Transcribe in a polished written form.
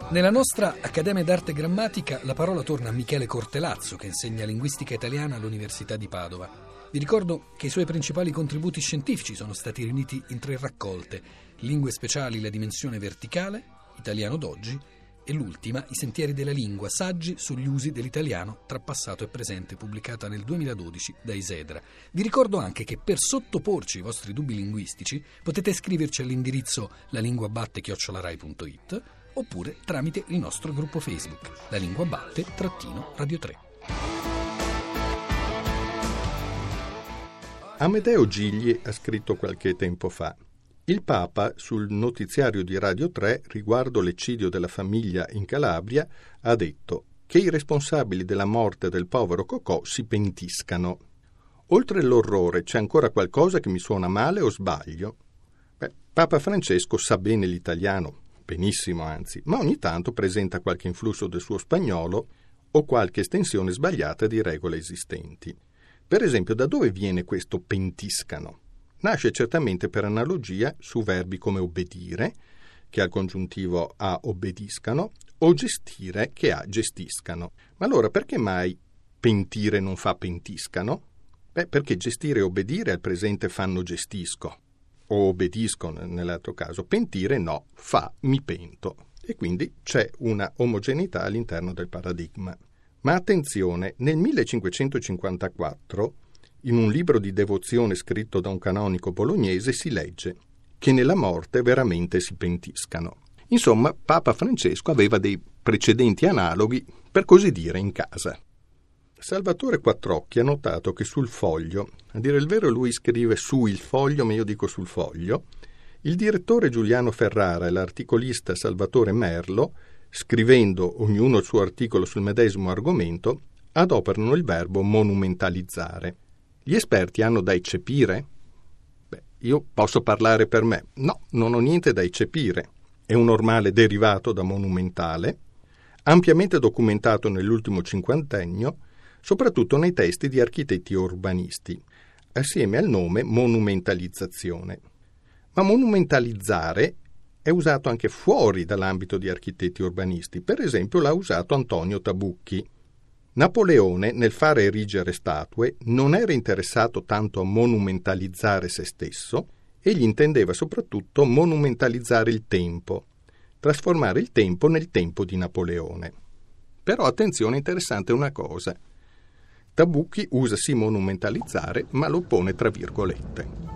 Nella nostra Accademia d'Arte Grammatica la parola torna a Michele Cortelazzo, che insegna linguistica italiana all'Università di Padova. Vi ricordo che i suoi principali contributi scientifici sono stati riuniti in 3 raccolte: Lingue speciali, la dimensione verticale, Italiano d'oggi e l'ultima, I sentieri della lingua, saggi sugli usi dell'italiano tra passato e presente, pubblicata nel 2012 da Isedra. Vi ricordo anche che per sottoporci i vostri dubbi linguistici potete scriverci all'indirizzo lalinguabatte@rai.it oppure tramite il nostro gruppo Facebook, La Lingua Batte -Radio 3. Amedeo Gigli ha scritto qualche tempo fa: il Papa, sul notiziario di Radio 3 riguardo l'eccidio della famiglia in Calabria, ha detto che i responsabili della morte del povero Cocò si pentiscano. Oltre l'orrore c'è ancora qualcosa che mi suona male o sbaglio? Papa Francesco sa bene l'italiano, benissimo anzi, ma ogni tanto presenta qualche influsso del suo spagnolo o qualche estensione sbagliata di regole esistenti. Per esempio, da dove viene questo pentiscano? Nasce certamente per analogia su verbi come obbedire, che al congiuntivo a obbediscano, o gestire, che a gestiscano. Ma allora perché mai pentire non fa pentiscano? Perché gestire e obbedire al presente fanno gestisco, o obbedisco nell'altro caso. Pentire no, fa mi pento. E quindi c'è una omogeneità all'interno del paradigma. Ma attenzione, nel 1554, in un libro di devozione scritto da un canonico bolognese, si legge che nella morte veramente si pentiscano. Insomma, Papa Francesco aveva dei precedenti analoghi, per così dire, in casa. Salvatore Quattrocchi ha notato che sul foglio, a dire il vero lui scrive su il foglio, ma io dico sul foglio, il direttore Giuliano Ferrara e l'articolista Salvatore Merlo, scrivendo ognuno il suo articolo sul medesimo argomento, adoperano il verbo monumentalizzare. Gli esperti hanno da eccepire? Io posso parlare per me. No, non ho niente da eccepire. È un normale derivato da monumentale, ampiamente documentato nell'ultimo cinquantennio, soprattutto nei testi di architetti e urbanisti, assieme al nome monumentalizzazione. Ma monumentalizzare è usato anche fuori dall'ambito di architetti e urbanisti. Per esempio l'ha usato Antonio Tabucchi. Napoleone, nel fare erigere statue, non era interessato tanto a monumentalizzare se stesso, egli intendeva soprattutto monumentalizzare il tempo, trasformare il tempo nel tempo di Napoleone. Però attenzione, interessante una cosa: Tabucchi usa sì monumentalizzare, ma lo pone tra virgolette.